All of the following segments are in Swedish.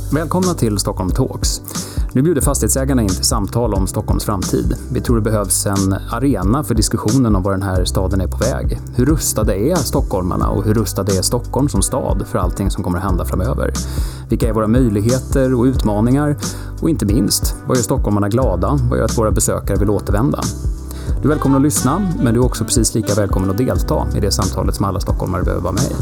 Välkomna till Stockholm Talks. Nu bjuder fastighetsägarna in till samtal om Stockholms framtid. Vi tror det behövs en arena för diskussionen om var den här staden är på väg. Hur rustade är stockholmarna och hur rustade är Stockholm som stad för allting som kommer att hända framöver? Vilka är våra möjligheter och utmaningar? Och inte minst, vad gör stockholmarna glada? Vad gör att våra besökare vill återvända? Du är välkommen att lyssna, men du är också precis lika välkommen att delta i det samtalet som alla stockholmare behöver vara med i.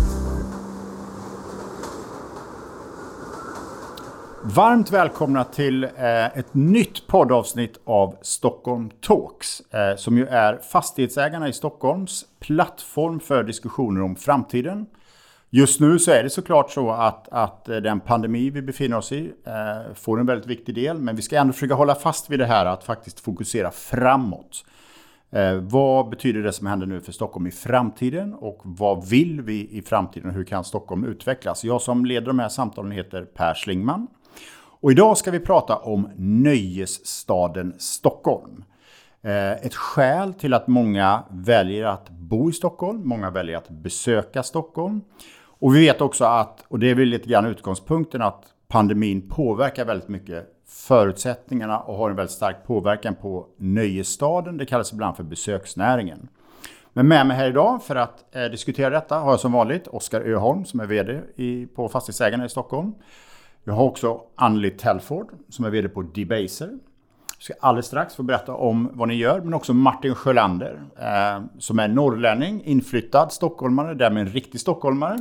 Varmt välkomna till ett nytt poddavsnitt av Stockholm Talks, som ju är fastighetsägarna i Stockholms plattform för diskussioner om framtiden. Just nu så är det såklart så att den pandemi vi befinner oss i får en väldigt viktig del, men vi ska ändå försöka hålla fast vid det här att faktiskt fokusera framåt. Vad betyder det som händer nu för Stockholm i framtiden och vad vill vi i framtiden och hur kan Stockholm utvecklas? Jag som leder de här samtalen heter Per Schlingman. Och idag ska vi prata om nöjesstaden Stockholm. Ett skäl till att många väljer att bo i Stockholm, många väljer att besöka Stockholm. Och vi vet också att, och det är väl lite grann utgångspunkten, att pandemin påverkar väldigt mycket förutsättningarna och har en väldigt stark påverkan på nöjesstaden. Det kallas ibland för besöksnäringen. Men med mig här idag för att diskutera detta har jag som vanligt Oskar Öholm som är vd på Fastighetsägarna i Stockholm. Jag har också Anneli Telford som är vd på Debaser. Jag ska alldeles strax få berätta om vad ni gör. Men också Martin Sjölander som är norrlänning, inflyttad stockholmare, därmed en riktig stockholmare.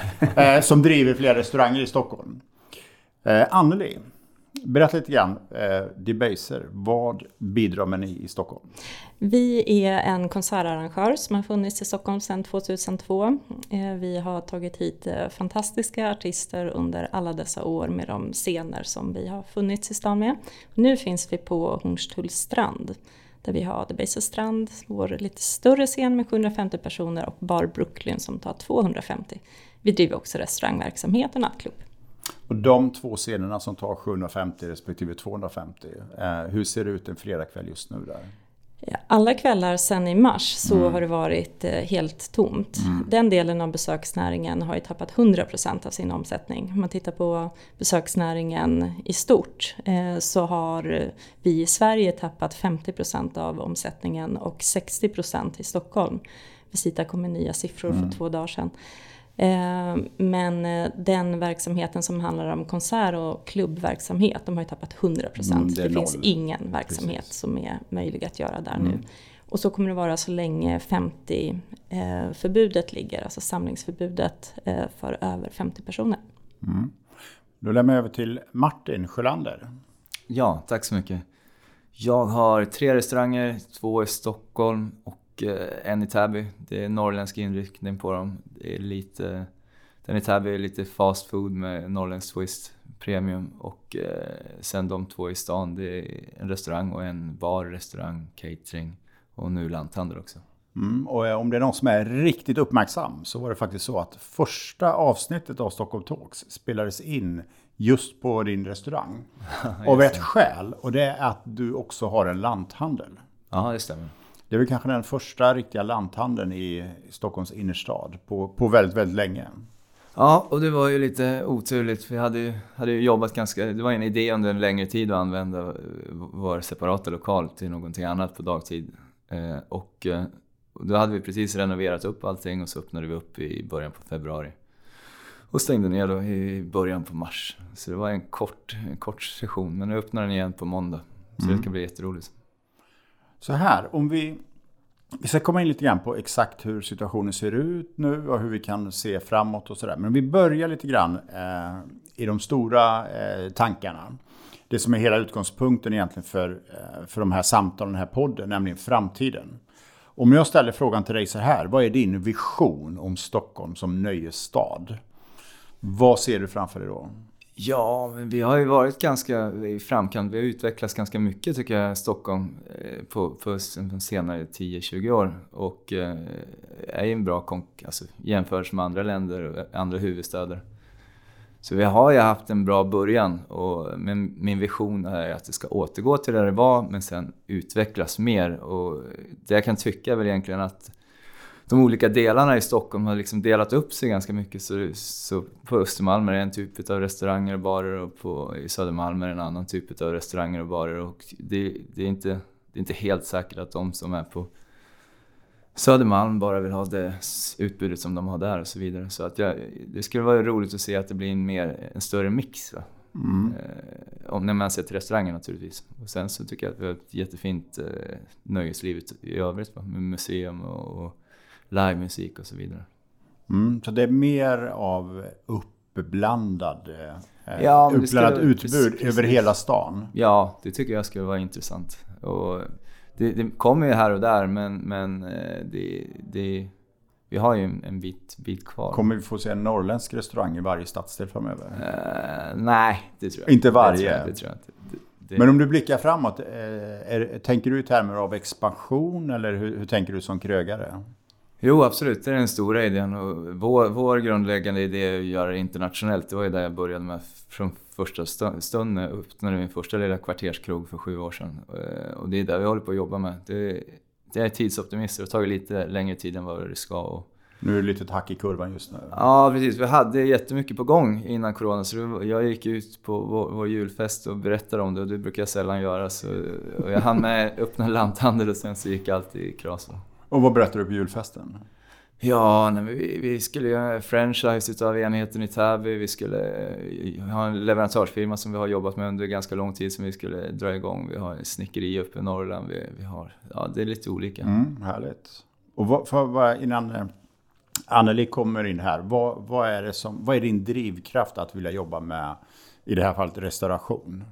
Som driver flera restauranger i Stockholm. Anneli, berätta lite grann. Debaser, vad bidrar med ni i Stockholm? Vi är en konsertarrangör som har funnits i Stockholm sedan 2002. Vi har tagit hit fantastiska artister under alla dessa år med de scener som vi har funnits i stan med. Nu finns vi på Hornstulls strand där vi har Debaser strand, vår lite större scen med 750 personer och Bar Brooklyn som tar 250. Vi driver också restaurangverksamhet och nattklubb. Och de två scenerna som tar 750 respektive 250, hur ser det ut en fredagkväll just nu där? Alla kvällar sedan i mars så har det varit helt tomt. Den delen av besöksnäringen har ju tappat 100% av sin omsättning. Om man tittar på besöksnäringen i stort så har vi i Sverige tappat 50% av omsättningen och 60% i Stockholm. Visita kom med nya siffror för 2 dagar sedan. Men den verksamheten som handlar om konsert- och klubbverksamhet, de har ju tappat 100%. Det finns ingen verksamhet som är möjlig att göra där nu. Och så kommer det vara så länge 50-förbudet ligger, alltså samlingsförbudet för över 50 personer. Då lämnar jag över till Martin Sjölander. Ja, tack så mycket. Jag har 3 restauranger, 2 i Stockholm och en i Täby. Det är norrländsk inriktning på dem. Det är lite, den i Täby är lite fast food med norrländsk twist premium och sen de 2 i stan, det är en restaurang och en bar, restaurang, catering och nu lanthandel också. Och om det är någon som är riktigt uppmärksam så var det faktiskt så att första avsnittet av Stockholm Talks spelades in just på din restaurang. Av ett skäl, och det är att du också har en lanthandel. Ja, det stämmer. Det är väl kanske den första riktiga lanthandeln i Stockholms innerstad på väldigt, väldigt länge. Ja, och det var ju lite oturligt för jag hade ju jobbat ganska, det var en idé under en längre tid att använda vår separata lokal till någonting annat på dagtid. Och då hade vi precis renoverat upp allting och så öppnade vi upp i början på februari. Och stängde ner då i början på mars. Så det var en kort session, men nu öppnar den igen på måndag. Så det ska bli jätteroligt. Så här, om vi ska komma in lite grann på exakt hur situationen ser ut nu och hur vi kan se framåt och sådär. Men vi börjar lite grann i de stora tankarna. Det som är hela utgångspunkten egentligen för de här samtalen, den här podden, nämligen framtiden. Om jag ställer frågan till dig så här, vad är din vision om Stockholm som nöjesstad? Vad ser du framför dig då? Ja, men vi har ju varit ganska i framkant. Vi har utvecklats ganska mycket tycker jag Stockholm på de senare 10-20 år. Och är en bra jämfört med andra länder och andra huvudstäder. Så vi har ju haft en bra början. Men min vision är att det ska återgå till det var men sen utvecklas mer. Och det jag kan tycka är väl egentligen att de olika delarna i Stockholm har liksom delat upp sig ganska mycket. Så på Östermalm är det en typ av restauranger och barer och i Södermalm är det en annan typ av restauranger och barer. Och det är inte helt säkert att de som är på Södermalm bara vill ha det utbudet som de har där och så vidare. Så att det skulle vara roligt att se att det blir en större mix, va? När man ser till restaurangen naturligtvis. Och sen så tycker jag att vi har ett jättefint nöjesliv i övrigt, va? Med museum och livemusik och så vidare. Så det är mer av uppblandat utbud precis. Över hela stan. Ja, det tycker jag skulle vara intressant. Och det kommer ju här och där, men vi har ju en bit kvar. Kommer vi få se en norrländsk restaurang i varje stadsdel framöver? Nej, det tror jag inte. Varje? Det tror jag inte. Men om du blickar framåt, tänker du i termer av expansion eller hur tänker du som krögare? Jo, absolut. Det är den stora idén. Och vår grundläggande idé är att göra det internationellt. Det var ju där jag började med från första stund när jag öppnade min första lilla kvarterskrog för 7 år sedan. Och det är där vi håller på att jobba med. Det är tidsoptimister och tagit lite längre tid än vad det ska. Och nu är det lite hack i kurvan just nu. Ja, precis. Vi hade jättemycket på gång innan corona. Så jag gick ut på vår julfest och berättade om det. Och det brukar jag sällan göra. Och jag hann med öppna lanthandel och sen så gick allt i kras. Och vad berättade du på julfesten? Ja, vi skulle göra franchise av enheten i Täby. Vi skulle ha en leverantörsfirma som vi har jobbat med under ganska lång tid som vi skulle dra igång. Vi har en snickeri uppe i Norrland. Det är lite olika. Härligt. Och innan Anneli kommer in här, vad är din drivkraft att vilja jobba med, i det här fallet, restauration?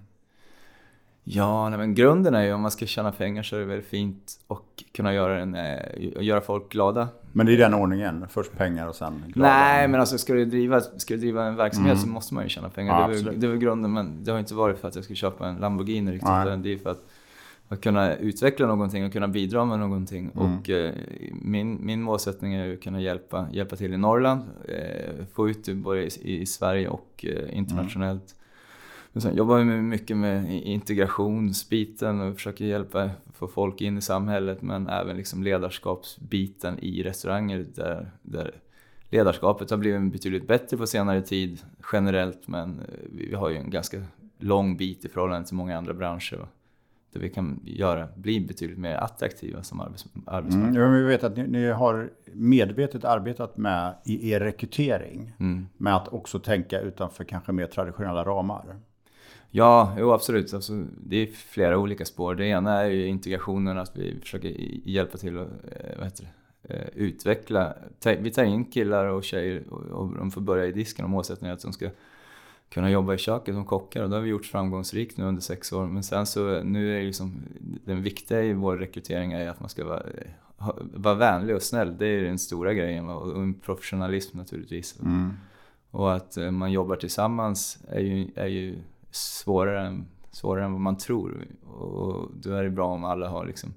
Ja, men grunden är ju om man ska tjäna pengar så är det väldigt fint och kunna göra folk glada. Men det är den ordningen, först pengar och sen glada? Nej, men alltså ska du driva en verksamhet så måste man ju tjäna pengar. Ja, det är väl grunden, men det har inte varit för att jag ska köpa en Lamborghini riktigt. Det är för att kunna utveckla någonting och kunna bidra med någonting. Och min målsättning är att kunna hjälpa till i Norrland, få ut det både i Sverige och internationellt. Men sen jobbar vi mycket med integrationsbiten och försöker få folk in i samhället, men även liksom ledarskapsbiten i restauranger där ledarskapet har blivit betydligt bättre på senare tid generellt, men vi har ju en ganska lång bit i förhållande till många andra branscher där vi kan bli betydligt mer attraktiva som arbetsmarknad. Ja, vi vet att ni har medvetet arbetat med i er rekrytering med att också tänka utanför kanske mer traditionella ramar. Ja, absolut. Alltså, det är flera olika spår. Det ena är ju integrationen, att vi försöker hjälpa till att utveckla. Vi tar in killar och tjejer och de får börja i disken, och målsättningen är att de ska kunna jobba i köket som kockar, och det har vi gjort framgångsrikt nu under 6 år. Men sen så nu är det liksom, den viktiga i vår rekrytering är att man ska vara vänlig och snäll. Det är den stora grejen, och en professionalism naturligtvis. Och att man jobbar tillsammans är ju svårare än vad man tror, och då är det bra om alla har liksom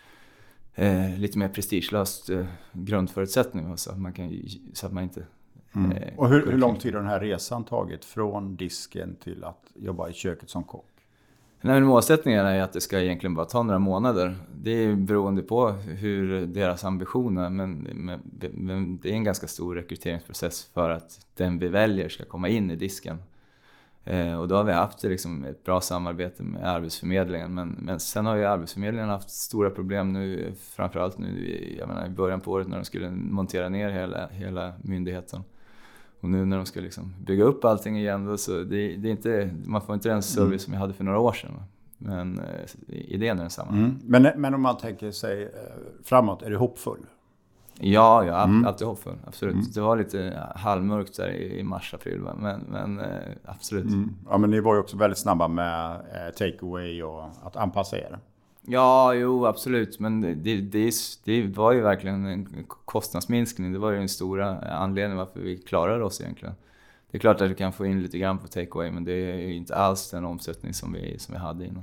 lite mer prestigelöst grundförutsättning, så att man inte och hur lång tid har den här resan tagit från disken till att jobba i köket som kock? Nej, målsättningen är att det ska egentligen bara ta några månader. Det är beroende på hur deras ambitioner, men det är en ganska stor rekryteringsprocess för att den vi väljer ska komma in i disken. Och då har vi haft liksom ett bra samarbete med Arbetsförmedlingen, men sen har ju Arbetsförmedlingen haft stora problem nu, framförallt nu i början på året när de skulle montera ner hela myndigheten. Och nu när de ska liksom bygga upp allting igen då, så det är inte, man får inte den service som jag hade för några år sedan. Men idén är densamma. Men om man tänker sig framåt, är du hoppfull? Ja, jag är alltid hoppfull, absolut. Det var lite halvmörkt där i mars-april, men absolut. Ja, men ni var ju också väldigt snabba med takeaway och att anpassa er. Ja, absolut. Men det var ju verkligen en kostnadsminskning. Det var ju den stora anledningen varför vi klarade oss egentligen. Det är klart att du kan få in lite grann på takeaway, men det är ju inte alls den omsättning som vi hade innan.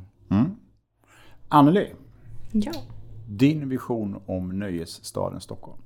Anneli? Ja. Din vision om nöjesstaden Stockholm?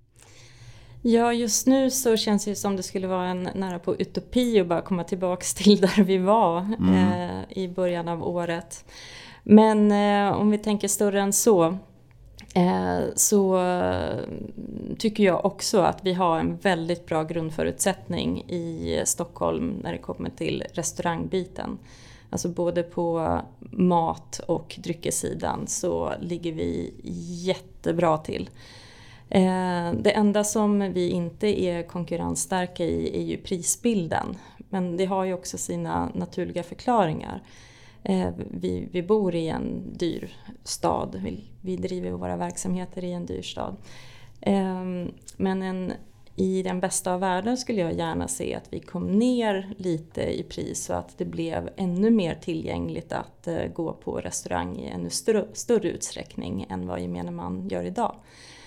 Ja, just nu så känns det som det skulle vara en nära på utopi att bara komma tillbaka till där vi var i början av året. Men om vi tänker större än så, så tycker jag också att vi har en väldigt bra grundförutsättning i Stockholm när det kommer till restaurangbiten. Alltså både på mat- och dryckessidan så ligger vi jättebra till. Det enda som vi inte är konkurrensstarka i är ju prisbilden. Men det har ju också sina naturliga förklaringar. Vi bor i en dyr stad. Vi driver våra verksamheter i en dyr stad. Men i den bästa av världen skulle jag gärna se att vi kom ner lite i pris så att det blev ännu mer tillgängligt att gå på restaurang i ännu större utsträckning än vad gemene man gör idag.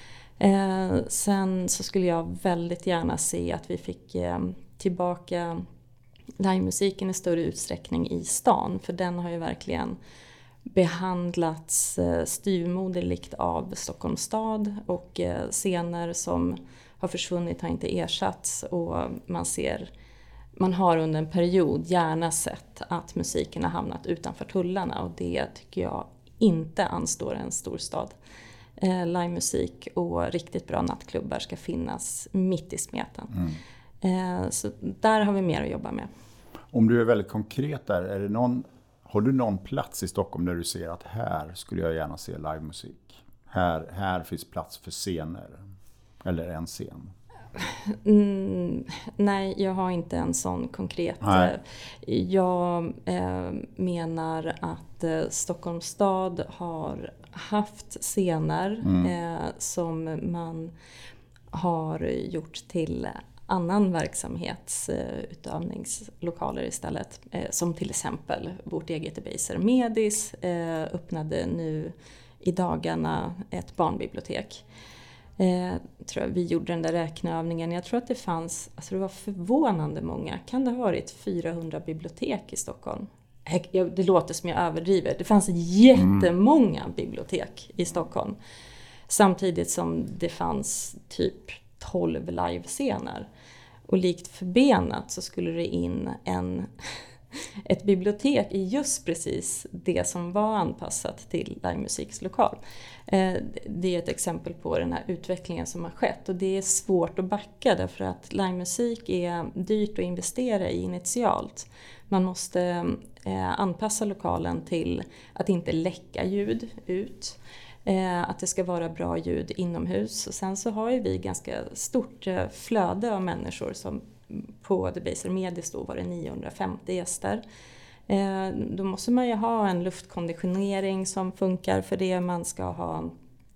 Sen så skulle jag väldigt gärna se att vi fick tillbaka livemusiken i större utsträckning i stan. För den har ju verkligen behandlats styvmoderligt av Stockholms stad. Och scener som har försvunnit har inte ersatts. Och man har under en period gärna sett att musiken har hamnat utanför tullarna. Och det tycker jag inte anstår en storstad. Livemusik och riktigt bra nattklubbar ska finnas mitt i smeten. Så där har vi mer att jobba med. Om du är väldigt konkret där, har du någon plats i Stockholm där du ser att här skulle jag gärna se livemusik? Här finns plats för scener, eller en scen? Nej, jag har inte en sån konkret. Nej. Jag menar att Stockholms stad har haft scener som man har gjort till annan verksamhetsutövningslokaler istället. Som till exempel vårt eget Debaser Medis öppnade nu i dagarna ett barnbibliotek. Tror jag vi gjorde den där räkneövningen. Jag tror att det var förvånande många. Kan det ha varit 400 bibliotek i Stockholm? Det låter som jag överdriver. Det fanns jättemånga bibliotek i Stockholm. Samtidigt som det fanns typ 12 livescener. Och likt förbenat så skulle det in ett bibliotek i just precis det som var anpassat till livemusikslokal. Det är ett exempel på den här utvecklingen som har skett. Och det är svårt att backa därför att livemusik är dyrt att investera i initialt. Man måste anpassa lokalen till att inte läcka ljud ut. Att det ska vara bra ljud inomhus. Och sen så har ju vi ganska stort flöde av människor som på Debaser Medis då var det 950 gäster. Då måste man ju ha en luftkonditionering som funkar för det. Man ska ha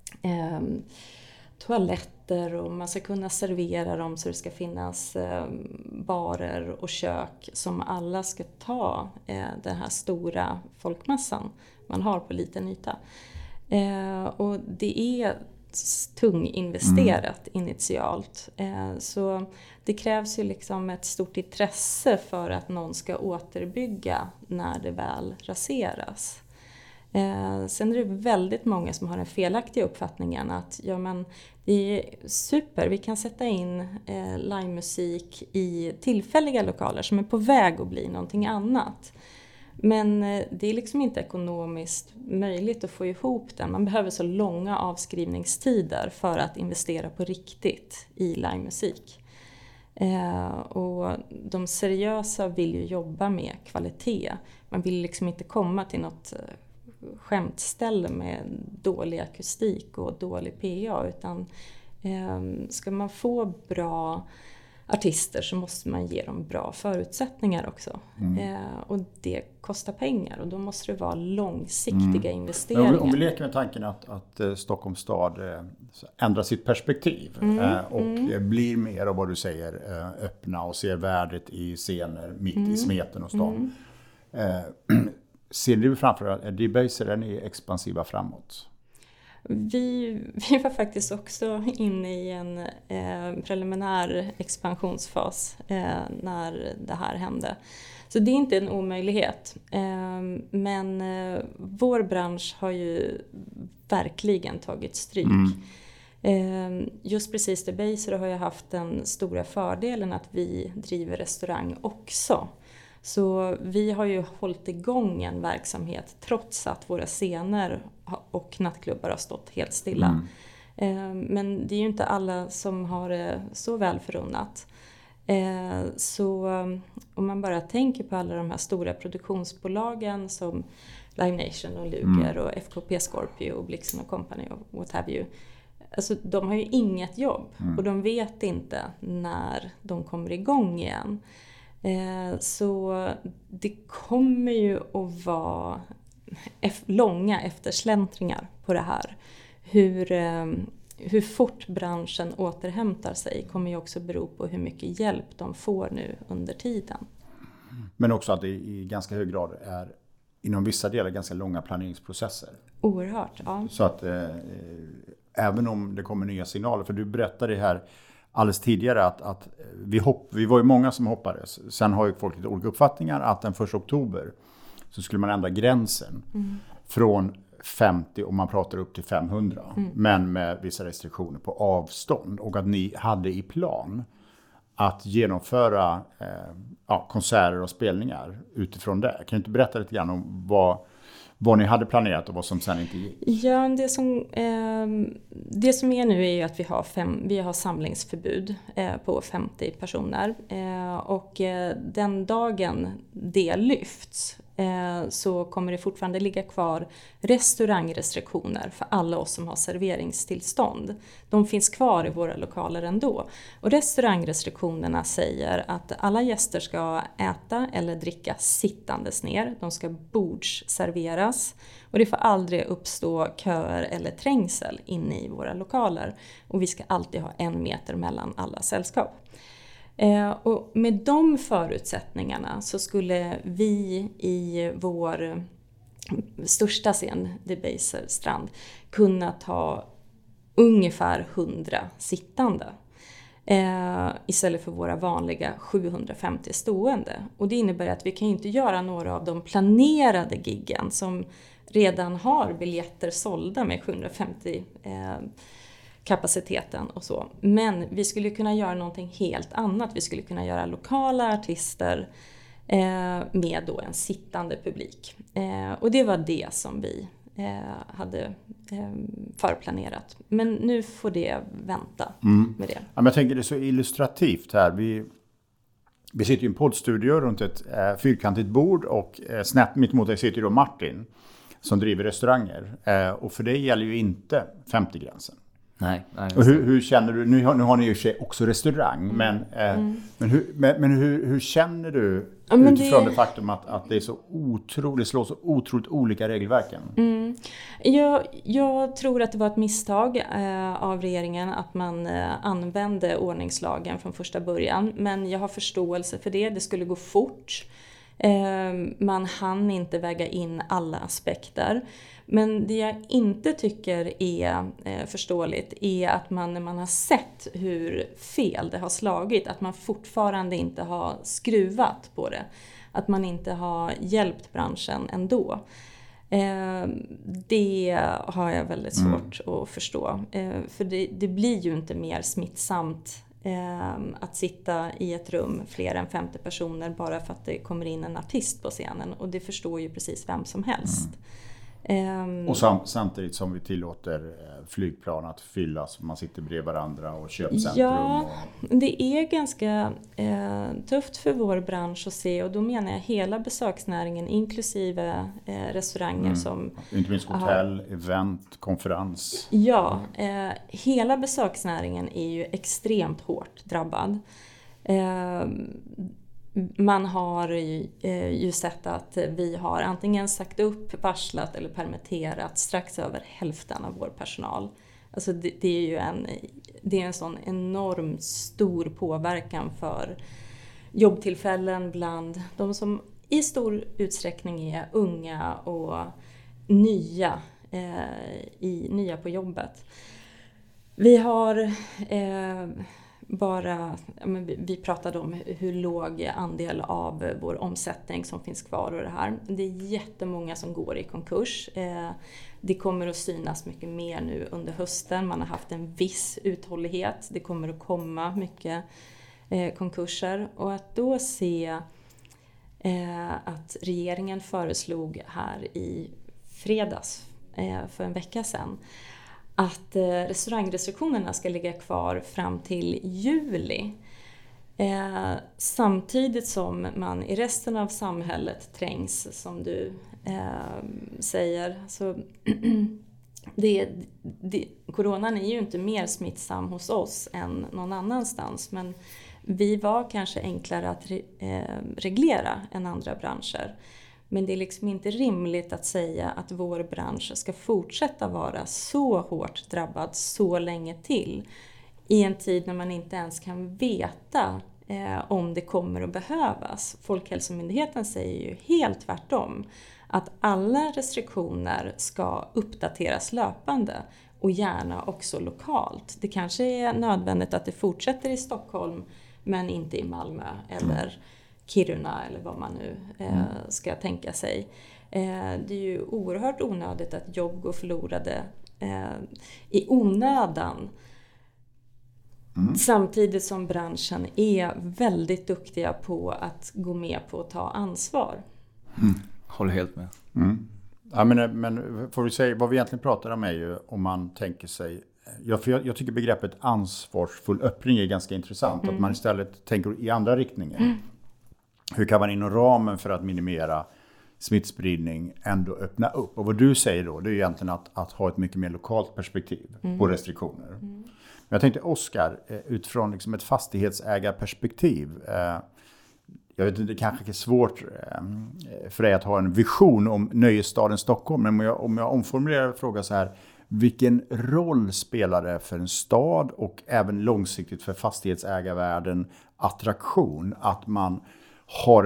toaletter och man ska kunna servera dem så det ska finnas barer och kök som alla ska ta den här stora folkmassan man har på liten yta. Och det är tunginvesterat initialt. Så det krävs ju liksom ett stort intresse för att någon ska återbygga när det väl raseras. Sen är det väldigt många som har den felaktiga uppfattningen att det är super, vi kan sätta in livemusik i tillfälliga lokaler som är på väg att bli någonting annat. Men det är liksom inte ekonomiskt möjligt att få ihop den. Man behöver så långa avskrivningstider för att investera på riktigt i livemusik. Och de seriösa vill ju jobba med kvalitet. Man vill liksom inte komma till något skämtställe med dålig akustik och dålig PA. Utan ska man få bra artister så måste man ge dem bra förutsättningar också. Och det kostar pengar och då måste det vara långsiktiga investeringar. Om vi leker med tanken att Stockholms stad ändrar sitt perspektiv och blir mer av vad du säger öppna och ser värdet i scener mitt i smeten och stan. Ser du framför att Debaser är ni expansiva framåt? Vi var faktiskt också inne i en preliminär expansionsfas när det här hände. Så det är inte en omöjlighet. Men vår bransch har ju verkligen tagit stryk. Just precis Debaser har ju haft den stora fördelen att vi driver restaurang också. Så vi har ju hållit igång en verksamhet trots att våra scener och nattklubbar har stått helt stilla. Men det är ju inte alla som har det så väl förunnat. Så om man bara tänker på alla de här stora produktionsbolagen som Live Nation och Luger och FKP Scorpio och Blixen och Company och what have you. Alltså de har ju inget jobb och de vet inte när de kommer igång igen. Så det kommer ju att vara långa eftersläntringar på det här. Hur fort branschen återhämtar sig kommer ju också bero på hur mycket hjälp de får nu under tiden. Men också att det i ganska hög grad är inom vissa delar ganska långa planeringsprocesser. Oerhört, ja. Så att även om det kommer nya signaler, för du berättade här alldeles tidigare att vi var ju många som hoppades. Sen har ju folk lite olika uppfattningar att den 1 oktober så skulle man ändra gränsen från 50 och man pratar upp till 500. Men med vissa restriktioner på avstånd. Och att ni hade i plan att genomföra konserter och spelningar utifrån det. Kan du inte berätta lite grann om vad ni hade planerat och vad som sen inte gick? Ja, det som är nu är ju att vi har samlingsförbud på 50 personer. Och den dagen det lyfts så kommer det fortfarande ligga kvar restaurangrestriktioner för alla oss som har serveringstillstånd. De finns kvar i våra lokaler ändå. Och restaurangrestriktionerna säger att alla gäster ska äta eller dricka sittandes ner. De ska bordsserveras. Och det får aldrig uppstå köer eller trängsel inne i våra lokaler. Och vi ska alltid ha 1 meter mellan alla sällskap. Och med de förutsättningarna så skulle vi i vår största scen, Debaser Strand, kunna ta ungefär 100 sittande. Istället för våra vanliga 750 stående. Och det innebär att vi kan inte göra några av de planerade giggen som redan har biljetter sålda med 750 kapaciteten och så. Men vi skulle kunna göra någonting helt annat. Vi skulle kunna göra lokala artister med då en sittande publik. Och det var det som vi hade förplanerat. Men nu får det vänta med det. Ja, men jag tänker det är så illustrativt här. Vi sitter i en poddstudio runt ett fyrkantigt bord och snett mitt emot dig sitter då Martin som driver restauranger. Och för det gäller ju inte 50-gränsen. Nej. Och hur känner du, nu har ni ju också restaurang, men hur känner du utifrån det faktum att det är så otroligt, slår så otroligt olika regelverken? Jag tror att det var ett misstag av regeringen att man använde ordningslagen från första början, men jag har förståelse för det skulle gå fort. Man hann inte väga in alla aspekter. Men det jag inte tycker är förståeligt är att man när man har sett hur fel det har slagit, att man fortfarande inte har skruvat på det. Att man inte har hjälpt branschen ändå. Det har jag väldigt svårt att förstå. För det blir ju inte mer smittsamt att sitta i ett rum fler än 50 personer bara för att det kommer in en artist på scenen. Och det förstår ju precis vem som helst. Och samtidigt som vi tillåter flygplan att fyllas, man sitter bredvid varandra och köpcentrum. Ja, det är ganska tufft för vår bransch att se, och då menar jag hela besöksnäringen inklusive restauranger som... Inte minst hotell, event, konferens. Ja, hela besöksnäringen är ju extremt hårt drabbad. Man har ju sett att vi har antingen sagt upp, varslat eller permitterat strax över hälften av vår personal. Alltså det är ju en sån enormt stor påverkan för jobbtillfällen bland de som i stor utsträckning är unga och nya på jobbet. Vi har... vi pratade om hur låg andel av vår omsättning som finns kvar och det här. Det är jättemånga som går i konkurs. Det kommer att synas mycket mer nu under hösten. Man har haft en viss uthållighet. Det kommer att komma mycket konkurser. Och att då se att regeringen föreslog här i fredags för en vecka sedan att restaurangrestriktionerna ska ligga kvar fram till juli. Samtidigt som man i resten av samhället trängs, som du säger. Så coronan är ju inte mer smittsam hos oss än någon annanstans, men vi var kanske enklare att reglera än andra branscher. Men det är liksom inte rimligt att säga att vår bransch ska fortsätta vara så hårt drabbad så länge till. I en tid när man inte ens kan veta om det kommer att behövas. Folkhälsomyndigheten säger ju helt tvärtom. Att alla restriktioner ska uppdateras löpande och gärna också lokalt. Det kanske är nödvändigt att det fortsätter i Stockholm men inte i Malmö eller Kiruna eller vad man nu ska tänka sig. Det är ju oerhört onödigt att jobb går förlorade i onödan. Samtidigt som branschen är väldigt duktiga på att gå med på att ta ansvar. Håller helt med. Ja, men får vi säga, vad vi egentligen pratar om är ju om man tänker sig... Jag tycker begreppet ansvarsfull öppning är ganska intressant. Att man istället tänker i andra riktningar. Hur kan man inom ramen för att minimera smittspridning ändå öppna upp? Och vad du säger då, det är egentligen att ha ett mycket mer lokalt perspektiv på restriktioner. Men jag tänkte, Oskar, utifrån liksom ett fastighetsägarperspektiv. Jag vet inte, det kanske är svårt för dig att ha en vision om nöjesstaden Stockholm. Men om jag omformulerar frågan så här. Vilken roll spelar det för en stad och även långsiktigt för fastighetsägarvärlden attraktion att man har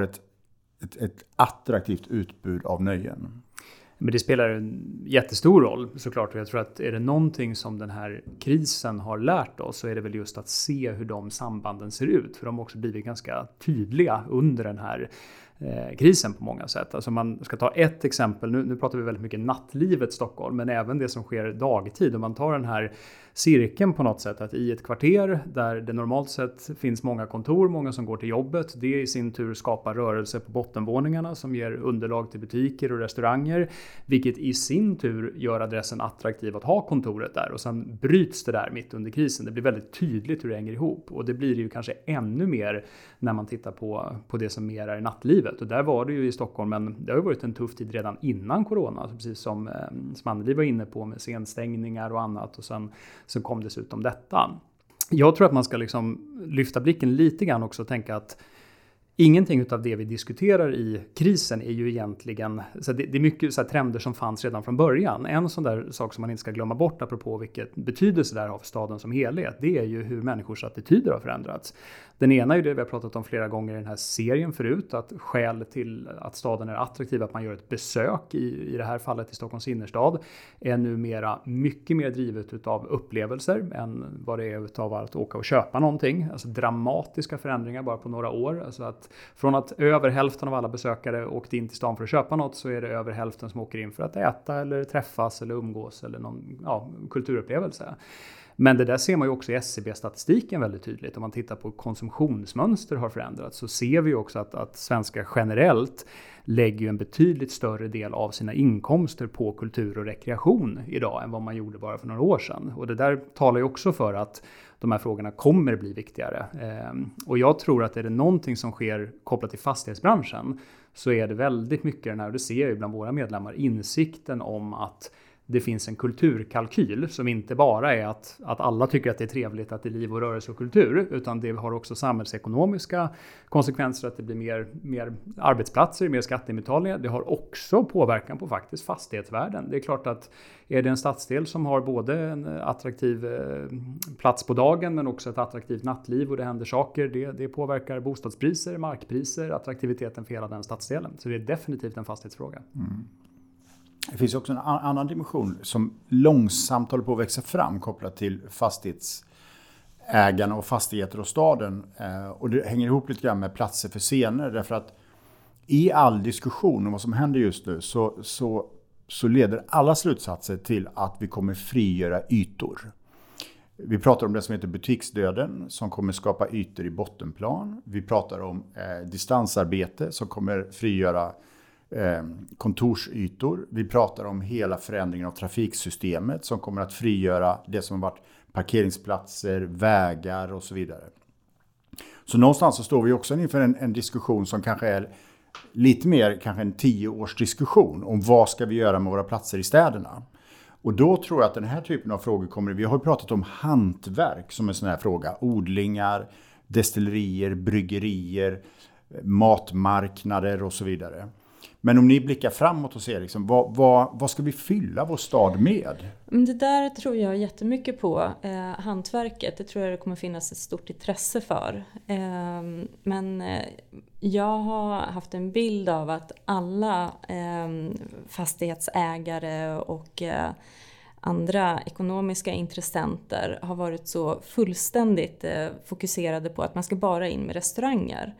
ett attraktivt utbud av nöjen? Men det spelar en jättestor roll såklart, och jag tror att är det någonting som den här krisen har lärt oss så är det väl just att se hur de sambanden ser ut. För de har också blivit ganska tydliga under den här krisen på många sätt. Alltså man ska ta ett exempel, nu pratar vi väldigt mycket nattlivet i Stockholm, men även det som sker dagtid. Om man tar den här cirkeln på något sätt, att i ett kvarter där det normalt sett finns många kontor, många som går till jobbet, det i sin tur skapar rörelse på bottenvåningarna som ger underlag till butiker och restauranger, vilket i sin tur gör adressen attraktiv att ha kontoret där, och sen bryts det där mitt under krisen. Det blir väldigt tydligt hur det hänger ihop, och det blir det ju kanske ännu mer när man tittar på det som mer är nattlivet. Och där var det ju i Stockholm, men det har ju varit en tuff tid redan innan corona, precis som Anneli var inne på med senstängningar och annat, och sen kom dessutom detta. Jag tror att man ska liksom lyfta blicken lite grann också och tänka att ingenting av det vi diskuterar i krisen är ju egentligen, så det är mycket så här trender som fanns redan från början. En sån där sak som man inte ska glömma bort apropå vilket betydelse det här har för staden som helhet, det är ju hur människors attityder har förändrats. Den ena är ju det vi har pratat om flera gånger i den här serien förut, att skäl till att staden är attraktiv, att man gör ett besök i det här fallet i Stockholms innerstad, är numera mycket mer drivet utav upplevelser än vad det är utav att åka och köpa någonting. Alltså dramatiska förändringar bara på några år. Alltså att från att över hälften av alla besökare åkte in till stan för att köpa något, så är det över hälften som åker in för att äta eller träffas eller umgås eller någon kulturupplevelse. Men det där ser man ju också i SCB-statistiken väldigt tydligt. Om man tittar på konsumtionsmönster har förändrats, så ser vi också att svenskar generellt lägger en betydligt större del av sina inkomster på kultur och rekreation idag än vad man gjorde bara för några år sedan. Och det där talar ju också för att de här frågorna kommer bli viktigare. Och jag tror att är det någonting som sker kopplat till fastighetsbranschen, så är det väldigt mycket den här, och det ser jag ju bland våra medlemmar, insikten om att det finns en kulturkalkyl som inte bara är att alla tycker att det är trevligt att det är liv och rörelse och kultur, utan det har också samhällsekonomiska konsekvenser, att det blir mer arbetsplatser, mer skatteinbetalningar. Det har också påverkan på faktiskt fastighetsvärden. Det är klart att är det en stadsdel som har både en attraktiv plats på dagen men också ett attraktivt nattliv och det händer saker, det påverkar bostadspriser, markpriser, attraktiviteten för hela den stadsdelen. Så det är definitivt en fastighetsfråga. Det finns också en annan dimension som långsamt håller på att växa fram kopplat till fastighetsägarna och fastigheter och staden. Och det hänger ihop lite grann med platser för scener. Därför att i all diskussion om vad som händer just nu så leder alla slutsatser till att vi kommer frigöra ytor. Vi pratar om det som heter butiksdöden som kommer skapa ytor i bottenplan. Vi pratar om distansarbete som kommer frigöra kontorsytor. Vi pratar om hela förändringen av trafiksystemet som kommer att frigöra det som har varit parkeringsplatser, vägar och så vidare. Så någonstans så står vi också inför en diskussion som kanske är lite mer kanske en 10 års diskussion om vad ska vi göra med våra platser i städerna. Och då tror jag att den här typen av frågor kommer, vi har pratat om hantverk som en sån här fråga, odlingar, destillerier, bryggerier, matmarknader och så vidare. Men om ni blickar framåt och ser liksom, vad ska vi fylla vår stad med? Det där tror jag jättemycket på. Hantverket, det tror jag det kommer finnas ett stort intresse för. Men jag har haft en bild av att alla fastighetsägare och andra ekonomiska intressenter har varit så fullständigt fokuserade på att man ska bara in med restauranger.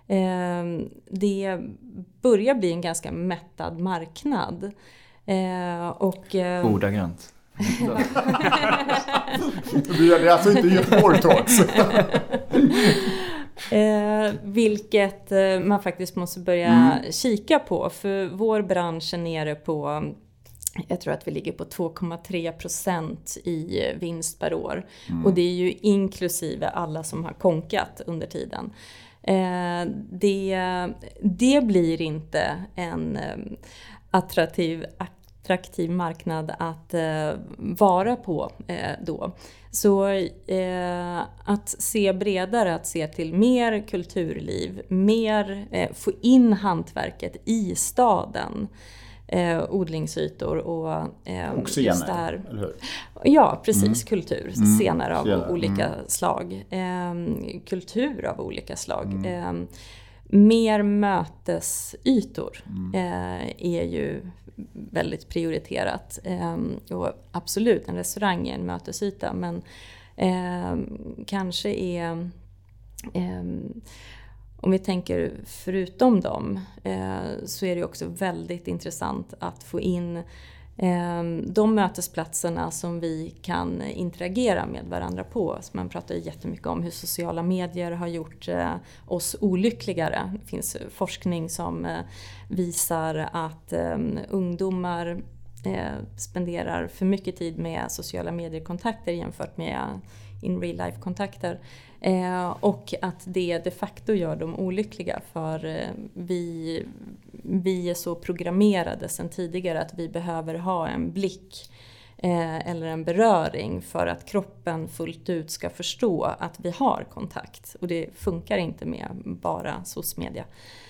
Det börjar bli en ganska mättad marknad. Ordagrant. Det är alltså inte Göteborg Talks. Vilket man faktiskt måste börja kika på. För vår bransch är nere på, jag tror att vi ligger på 2,3% i vinst per år. Och det är ju inklusive alla som har konkat under tiden. Det blir inte en attraktiv marknad att vara på då. Så att se bredare, att se till mer kulturliv, mer få in hantverket i staden. Odlingsytor och just där. Eller hur? Ja, precis. Kultur. Scener av olika slag. Kultur av olika slag. Mer mötesytor är ju väldigt prioriterat. Och absolut, en restaurang är en mötesyta. Men kanske är... Om vi tänker förutom dem så är det också väldigt intressant att få in de mötesplatserna som vi kan interagera med varandra på. Så man pratar jättemycket om hur sociala medier har gjort oss olyckligare. Det finns forskning som visar att ungdomar spenderar för mycket tid med sociala mediekontakter jämfört med in real life kontakter. Och att det de facto gör dem olyckliga för vi är så programmerade sedan tidigare att vi behöver ha en blick eller en beröring för att kroppen fullt ut ska förstå att vi har kontakt. Och det funkar inte med bara socialmedia.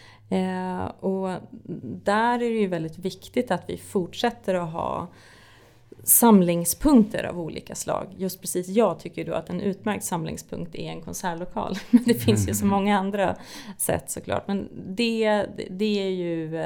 Och där är det ju väldigt viktigt att vi fortsätter att ha samlingspunkter av olika slag. Just precis, jag tycker då att en utmärkt samlingspunkt är en konsertlokal. Men det finns ju så många andra sätt såklart. Men det är ju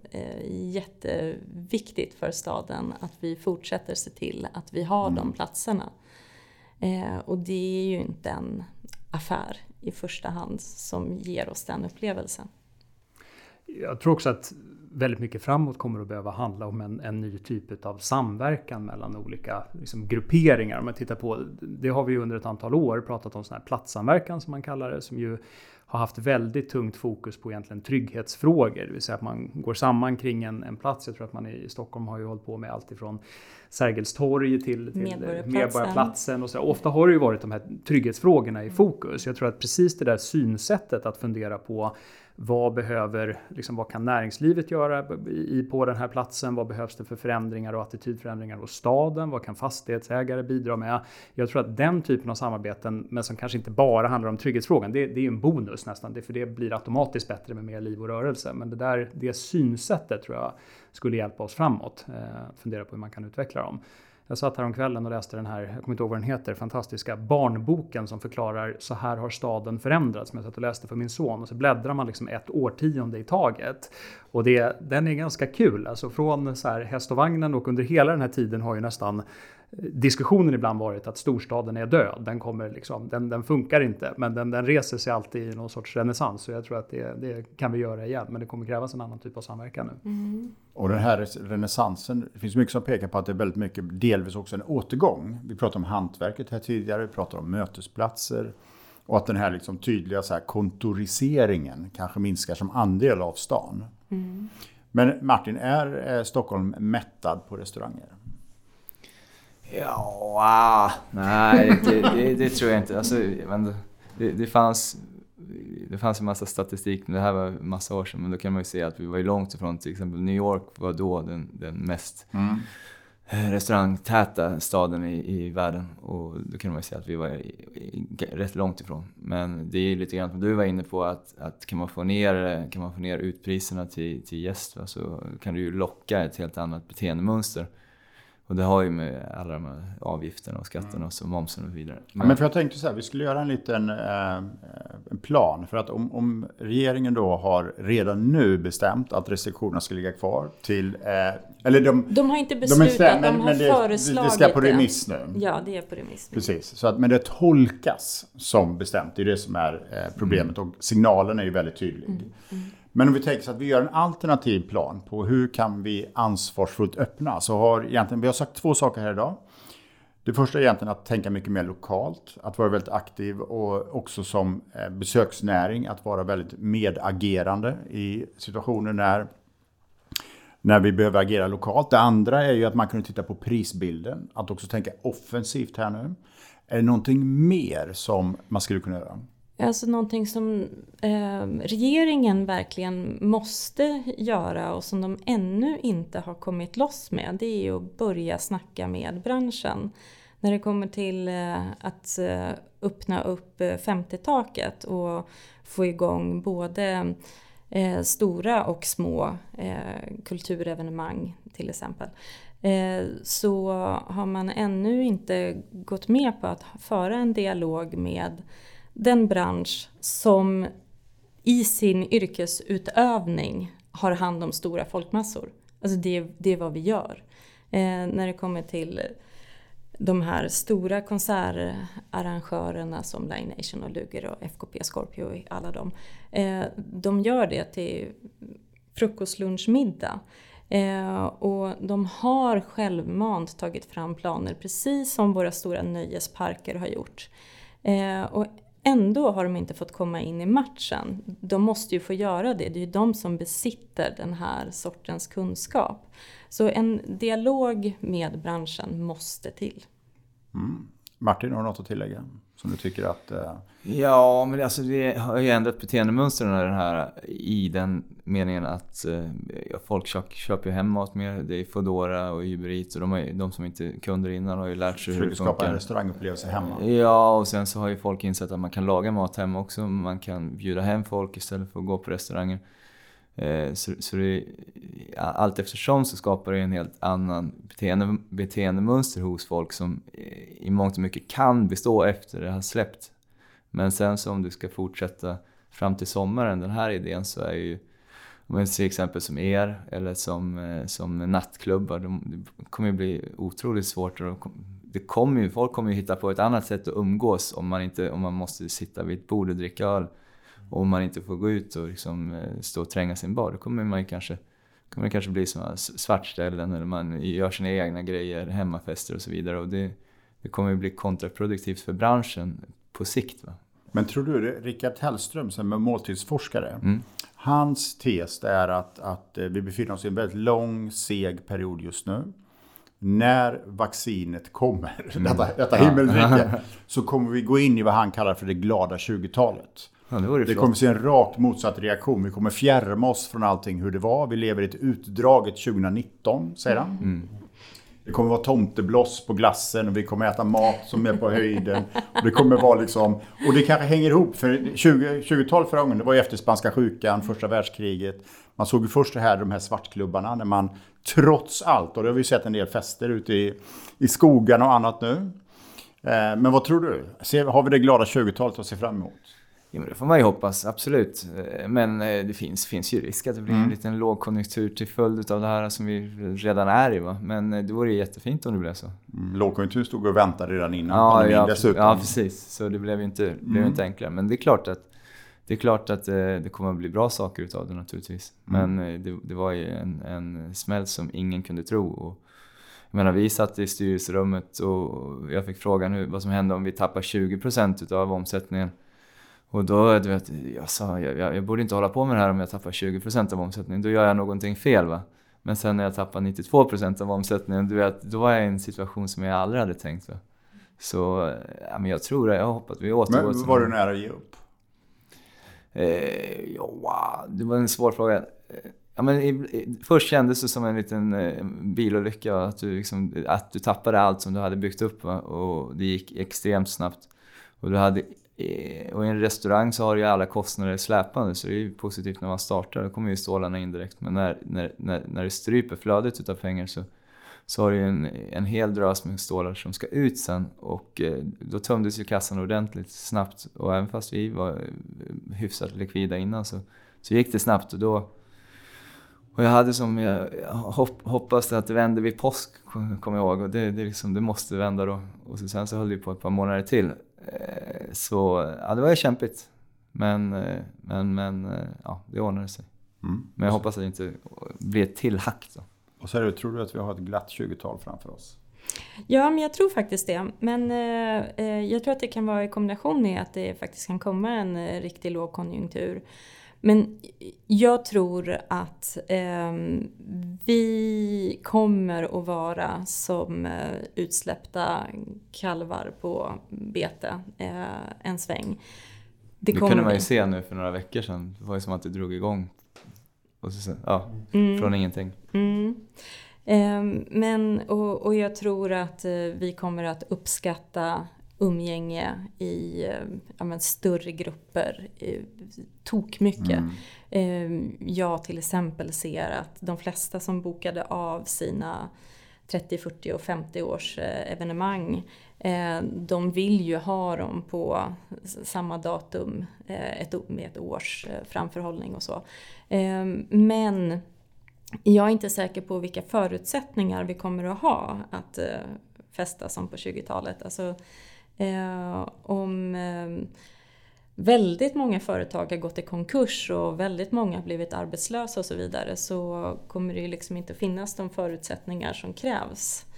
jätteviktigt för staden att vi fortsätter se till att vi har de platserna. Och det är ju inte en affär i första hand som ger oss den upplevelsen. Jag tror också att väldigt mycket framåt kommer att behöva handla om en ny typ av samverkan mellan olika liksom, grupperingar. Om man tittar på, det har vi ju under ett antal år pratat om sån här platssamverkan som man kallar det, som ju har haft väldigt tungt fokus på egentligen trygghetsfrågor. Det vill säga att man går samman kring en plats. Jag tror att man i Stockholm har ju hållit på med allt ifrån Sergels torg till Medborgarplatsen. Och så. Ofta har det ju varit de här trygghetsfrågorna i fokus. Jag tror att precis det där synsättet att fundera på vad kan näringslivet göra på den här platsen? Vad behövs det för förändringar och attitydförändringar hos staden? Vad kan fastighetsägare bidra med? Jag tror att den typen av samarbeten, men som kanske inte bara handlar om trygghetsfrågan, det är en bonus nästan. För det blir automatiskt bättre med mer liv och rörelse. Men det synsättet tror jag skulle hjälpa oss framåt. Fundera på hur man kan utveckla dem. Jag satt här om kvällen och läste den här, jag kommer inte ihåg vad den heter, fantastiska barnboken som förklarar så här har staden förändrats. Som jag satt och läste för min son, och så bläddrar man liksom ett årtionde i taget. Och den är ganska kul, alltså från så här häst och vagnen, och under hela den här tiden har ju nästan diskussionen ibland varit att storstaden är död. Den kommer liksom, den funkar inte, men den reser sig alltid i någon sorts renässans. Så jag tror att det kan vi göra igen, men det kommer krävas en annan typ av samverkan nu. Och den här renässansen, det finns mycket som pekar på att det är väldigt mycket, delvis också en återgång. Vi pratade om hantverket här tidigare, vi pratade om mötesplatser. Och att den här liksom tydliga så här kontoriseringen kanske minskar som andel av stan. Men Martin, är Stockholm mättad på restauranger? Ja, nej, det tror jag inte. Alltså, men det fanns en massa statistik, men det här var en massa år sedan. Men då kan man ju se att vi var långt ifrån, till exempel New York var då den mest restaurangtäta staden i världen. Och då kan man ju se att vi var rätt långt ifrån. Men det är lite grann som du var inne på, att kan man få ner utpriserna till gäst, så kan du ju locka ett helt annat beteendemönster. Och det har ju med alla de här avgifterna och skatterna och så momsen och vidare. Men för jag tänkte så här, vi skulle göra en liten en plan. För att om regeringen då har redan nu bestämt att restriktionerna ska ligga kvar till... eller de har inte beslutat, de har föreslagit det ska på remiss nu. Ja, det är på remiss nu. Precis, så att, men det tolkas som bestämt. Det är det som är problemet och signalen är ju väldigt tydlig. Men om vi tänker så att vi gör en alternativ plan på hur kan vi ansvarsfullt öppna, så har egentligen, vi har sagt 2 saker här idag. Det första är egentligen att tänka mycket mer lokalt, att vara väldigt aktiv och också som besöksnäring att vara väldigt medagerande i situationer när vi behöver agera lokalt. Det andra är ju att man kunde titta på prisbilden, att också tänka offensivt här nu. Är det någonting mer som man skulle kunna göra? Alltså någonting som regeringen verkligen måste göra och som de ännu inte har kommit loss med, det är ju att börja snacka med branschen. När det kommer till att öppna upp 50-taket och få igång både stora och små kulturevenemang till exempel. Så har man ännu inte gått med på att föra en dialog med den bransch som i sin yrkesutövning har hand om stora folkmassor. Alltså det är vad vi gör. När det kommer till de här stora konsertarrangörerna som Live Nation och Luger och FKP Scorpio och alla dem. De gör det till frukost, lunch, middag. Och de har självmant tagit fram planer precis som våra stora nöjesparker har gjort. Och ändå har de inte fått komma in i matchen. De måste ju få göra det. Det är ju de som besitter den här sortens kunskap. Så en dialog med branschen måste till. Martin, har du något att tillägga som du tycker att... Ja, men alltså det har ju ändrat beteendemönstren i den meningen att folk köper ju hem mat mer. Det är Foodora och Uber Eats och de som inte kunder innan har ju lärt sig hur det funkar. Skapa en restaurangupplevelse hemma. Ja, och sen så har ju folk insett att man kan laga mat hemma också. Man kan bjuda hem folk istället för att gå på restauranger. Så det, allt eftersom så skapar det en helt annan beteendemönster hos folk som i mångt och mycket kan bestå efter det har släppt. Men sen så om du ska fortsätta fram till sommaren, den här idén, så är ju, om man ser exempel som eller som nattklubbar, det kommer ju bli otroligt svårt. Folk kommer ju hitta på ett annat sätt att umgås om man måste sitta vid ett bord och dricka öl. Och om man inte får gå ut och liksom stå och tränga sin bar, då kommer det kanske bli såna svartställen eller man gör sina egna grejer, hemmafester och så vidare. Och det kommer ju bli kontraproduktivt för branschen på sikt, va? Men tror du det, Rickard Hellström som är måltidsforskare, hans tes är att vi befinner oss i en väldigt lång, seg period just nu. När vaccinet kommer, detta himmelrike, så kommer vi gå in i vad han kallar för det glada 20-talet. Ja, det kommer se en rakt motsatt reaktion. Vi kommer fjärma oss från allting hur det var. Vi lever i ett utdraget 2019, säger han. Det kommer vara tomtebloss på glassen och vi kommer äta mat som är på höjden. Och det kommer vara liksom, och det kanske hänger ihop, för 20-talet förra gången, det var ju efter spanska sjukan, första världskriget. Man såg ju först de här svartklubbarna när man trots allt, och det har vi sett en del fester ute i skogarna och annat nu. Men vad tror du? Har vi det glada 20-talet att se fram emot? Ja, men det får man ju hoppas, absolut. Men det finns ju risk att det blir en liten lågkonjunktur till följd av det här som vi redan är i. Va? Men det vore ju jättefint om det blev så. Lågkonjunktur stod och väntade redan innan pandemin dessutom. Ja, precis. Så det blev inte enklare. Men det är klart att det kommer att bli bra saker utav det naturligtvis. Men det var ju en smäll som ingen kunde tro. Och jag menar, vi satt i styrelserummet och jag fick frågan vad som hände om vi tappar 20% utav omsättningen. Och då, du vet, jag sa, jag borde inte hålla på med det här om jag tappar 20% av omsättningen. Då gör jag någonting fel, va? Men sen när jag tappar 92% av omsättningen, du vet, då var jag i en situation som jag aldrig hade tänkt, va? Så, ja, men jag tror det, jag hoppas vi återgår. Men var du nära att ge upp? Det var en svår fråga. Ja, men först kändes det som en liten bilolycka, att du tappade allt som du hade byggt upp, va? Och det gick extremt snabbt. Och i en restaurang så har ju alla kostnader släpande, så det är ju positivt när man startar. Då kommer ju stålarna in direkt. Men när det stryper flödet utav pengar så har du ju en hel drös med stålar som ska ut sen. Och då tömdes ju kassan ordentligt snabbt. Och även fast vi var hyfsat likvida innan så gick det snabbt. Och jag hade hoppas att det vände vid påsk, kommer jag ihåg. Och det måste vända då. Och sen så höll det på ett par månader till. Så ja, det var ju kämpigt. Men det ordnade sig. Men jag hoppas att det inte blir ett till hack då. Och så tror du att vi har ett glatt 20-tal framför oss? Ja, men jag tror faktiskt det. Men jag tror att det kan vara i kombination med att det faktiskt kan komma en riktig lågkonjunktur. Men jag tror att vi kommer att vara som utsläppta kalvar på bete en sväng. Det kunde man ju se nu för några veckor sedan. Det var ju som att det drog igång. Och så, från ingenting. Men jag tror att vi kommer att uppskatta umgänge i större grupper tok mycket. Jag till exempel ser att de flesta som bokade av sina 30, 40 och 50 års evenemang, de vill ju ha dem på samma datum med ett års framförhållning och så. Men jag är inte säker på vilka förutsättningar vi kommer att ha att festa som på 20-talet. Alltså, om väldigt många företag har gått i konkurs och väldigt många har blivit arbetslösa och så vidare, så kommer det ju liksom inte finnas de förutsättningar som krävs.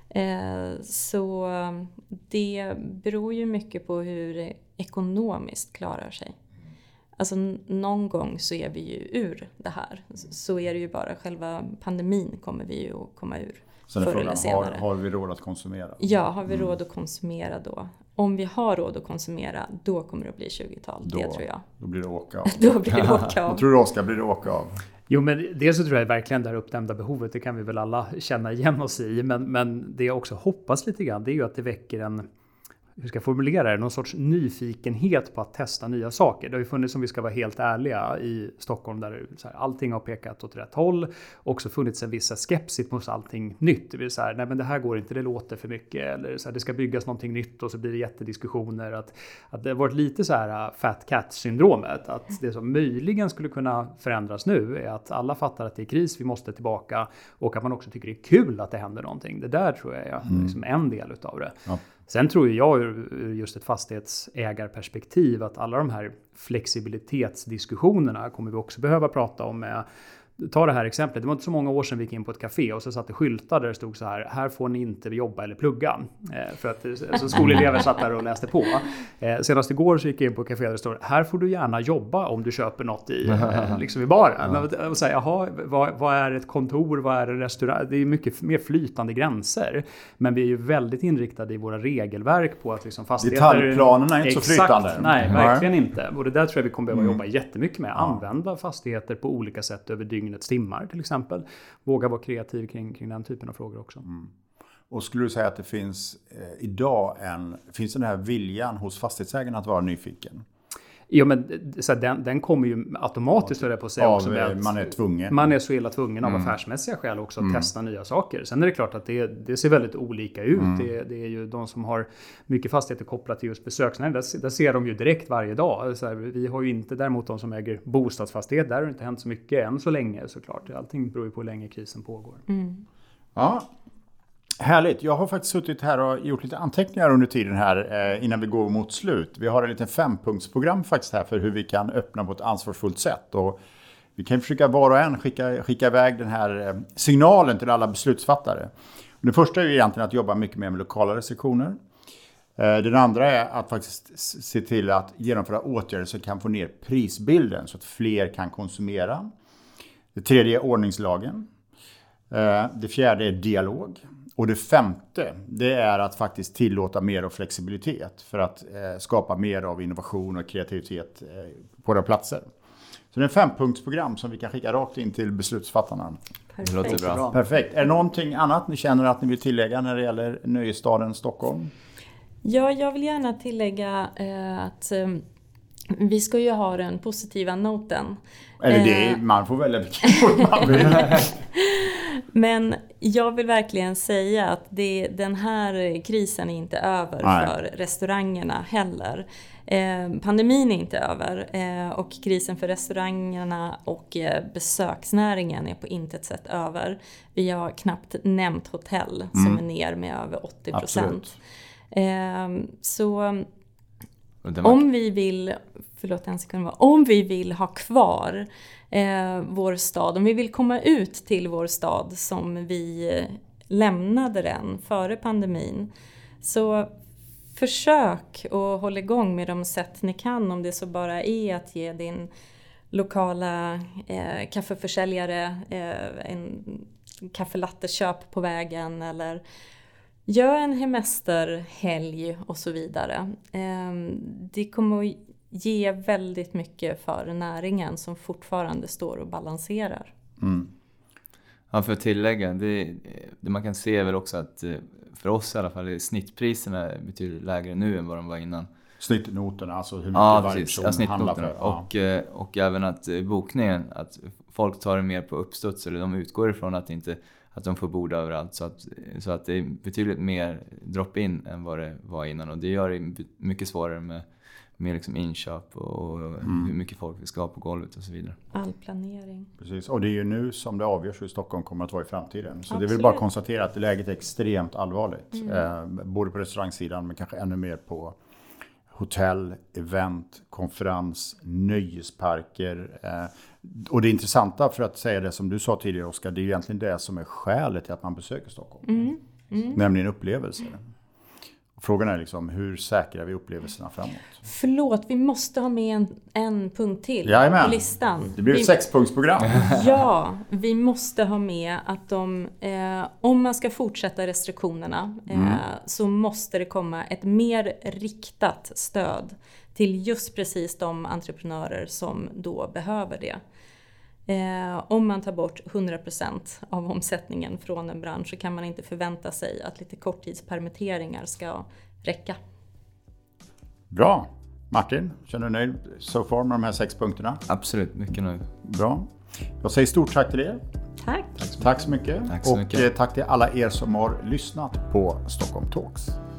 Så det beror ju mycket på hur det ekonomiskt klarar sig. Alltså någon gång så är vi ju ur det här. Så är det ju bara, själva pandemin kommer vi ju att komma ur. Så det är frågan, har vi råd att konsumera? Ja, har vi råd att konsumera då? Om vi har råd att konsumera, då kommer det att bli 20-tal. Det tror jag. Då blir det åka av. Då blir det åka av. Vad tror du, Oskar, blir det åka av? Jo, men det så tror jag verkligen det här uppdämda behovet, det kan vi väl alla känna igen oss i. Men det jag också hoppas lite grann, det är ju att det väcker en, hur ska jag formulera det, någon sorts nyfikenhet på att testa nya saker. Det har ju funnits, om vi ska vara helt ärliga, i Stockholm där så här, allting har pekat åt rätt håll. Också funnits en viss skepsis mot allting nytt. Det vill säga, nej men det här går inte, det låter för mycket. Eller så här, det ska byggas någonting nytt och så blir det jättediskussioner. Att det har varit lite så här fat cat-syndromet. Att det som möjligen skulle kunna förändras nu är att alla fattar att det är kris, vi måste tillbaka. Och att man också tycker det är kul att det händer någonting. Det där tror jag är liksom en del utav det. Ja. Sen tror jag ur just ett fastighetsägarperspektiv att alla de här flexibilitetsdiskussionerna kommer vi också behöva prata om med. Ta det här exemplet, det var inte så många år sedan vi gick in på ett café och så satt det skyltar där det stod så här får ni inte jobba eller plugga. För att alltså, skolelever satt där och läste på. Senast igår så gick jag in på ett café där det står, här får du gärna jobba om du köper något liksom i baren. Ja. Så här, jaha, vad är ett kontor, vad är en restaurang? Det är mycket mer flytande gränser. Men vi är ju väldigt inriktade i våra regelverk på att liksom fastigheter... Detaljplanerna är inte så flytande. Nej, verkligen inte. Och det där tror jag vi kommer behöva jobba jättemycket med. Använda fastigheter på olika sätt över dygnets timmar till exempel. Våga vara kreativ kring den typen av frågor också. Och skulle du säga att det finns idag finns den här viljan hos fastighetsägarna att vara nyfiken? Ja, men så den kommer ju automatiskt på att säga också. Man är tvungen. Man är så illa tvungen av affärsmässiga skäl också att testa nya saker. Sen är det klart att det ser väldigt olika ut. Det är ju de som har mycket fastigheter kopplat till just besöksnäringen. Där ser de ju direkt varje dag. Så här, vi har ju inte däremot de som äger bostadsfastighet. Där har det inte hänt så mycket än så länge såklart. Allting beror ju på hur länge krisen pågår. Ja. Härligt. Jag har faktiskt suttit här och gjort lite anteckningar under tiden här innan vi går mot slut. Vi har en liten 5-punktsprogram faktiskt här för hur vi kan öppna på ett ansvarsfullt sätt. Och vi kan försöka var och en skicka iväg den här signalen till alla beslutsfattare. Och det första är ju egentligen att jobba mycket mer med lokala restriktioner. Den andra är att faktiskt se till att genomföra åtgärder som kan få ner prisbilden så att fler kan konsumera. Det tredje är ordningslagen. Det fjärde är dialog. Och det femte, det är att faktiskt tillåta mer av flexibilitet för att skapa mer av innovation och kreativitet på våra platser. Så det är en 5-punktsprogram som vi kan skicka rakt in till beslutsfattarna. Det låter bra. Perfekt. Är det någonting annat ni känner att ni vill tillägga när det gäller nöjesstaden Stockholm? Ja, jag vill gärna tillägga att vi ska ju ha den positiva noten. Eller man får välja vilken ord man vill. Men jag vill verkligen säga att den här krisen är inte över för restaurangerna heller. Pandemin är inte över och krisen för restaurangerna och besöksnäringen är på intet sätt över. Vi har knappt nämnt hotell som är ner med över 80%. Så om vi vill ha kvar vår stad, om vi vill komma ut till vår stad som vi lämnade den före pandemin, så försök att hålla igång med de sätt ni kan, om det så bara är att ge din lokala kaffeförsäljare en kaffelatte-köp på vägen, eller gör en hemesterhelg och så vidare. Det kommer att ge väldigt mycket för näringen som fortfarande står och balanserar. Ja, för att tillägga, det man kan se är väl också att för oss i alla fall är snittpriserna betydligt lägre nu än vad de var innan. Snittnoterna, alltså hur mycket varje person handlar för. Ja. Och även att bokningen, att folk tar det mer på uppstuds, eller de utgår ifrån att de får bord överallt, så att det är betydligt mer drop-in än vad det var innan, och det gör det mycket svårare med liksom inköp och hur mycket folk vi ska ha på golvet och så vidare. All planering. Precis, och det är ju nu som det avgörs hur Stockholm kommer att vara i framtiden. Så det vill bara konstatera att läget är extremt allvarligt. Både på restaurangsidan men kanske ännu mer på hotell, event, konferens, nöjesparker. Och det intressanta, för att säga det som du sa tidigare, Oskar, det är egentligen det som är skälet till att man besöker Stockholm. Nämligen upplevelser. Frågan är liksom, hur säkrar vi upplevelserna framåt? Förlåt, vi måste ha med en punkt till på listan. Det blir ett 6-punktsprogram. Ja, vi måste ha med att om man ska fortsätta restriktionerna så måste det komma ett mer riktat stöd till just precis de entreprenörer som då behöver det. Om man tar bort 100% av omsättningen från en bransch så kan man inte förvänta sig att lite korttidspermitteringar ska räcka. Bra. Martin, känner du nöjd so far med de här 6 punkterna? Absolut, mycket nöjd. Bra. Jag säger stort tack till er. Tack. Tack så mycket. Tack så mycket. Och tack till alla er som har lyssnat på Stockholm Talks.